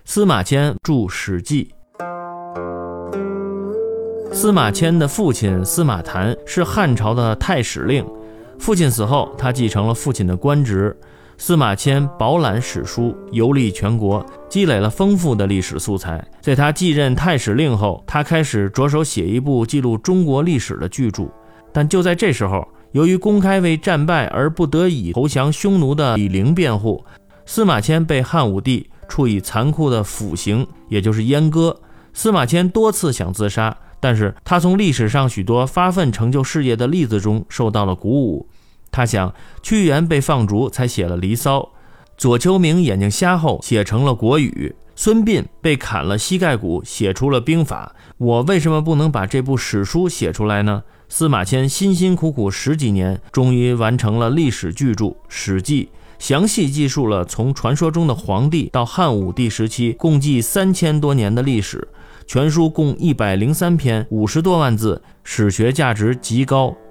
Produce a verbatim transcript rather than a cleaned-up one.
司马迁著《史记》。司马迁的父亲司马谈是汉朝的太史令，父亲死后，他继承了父亲的官职。司马迁饱览史书，游历全国，积累了丰富的历史素材。在他继任太史令后，他开始着手写一部记录中国历史的巨著。但就在这时候，由于公开为战败而不得已投降匈奴的李陵辩护，司马迁被汉武帝处以残酷的腐刑，也就是阉割。司马迁多次想自杀，但是他从历史上许多发奋成就事业的例子中受到了鼓舞。他想，屈原被放逐才写了《离骚》，左丘明眼睛瞎后写成了《国语》，孙膑被砍了膝盖骨写出了兵法，我为什么不能把这部史书写出来呢？司马迁辛辛苦苦十几年，终于完成了历史巨著《史记》，详细记述了从传说中的黄帝到汉武帝时期共计三千多年的历史。全书共一百零三篇，五十多万字，史学价值极高。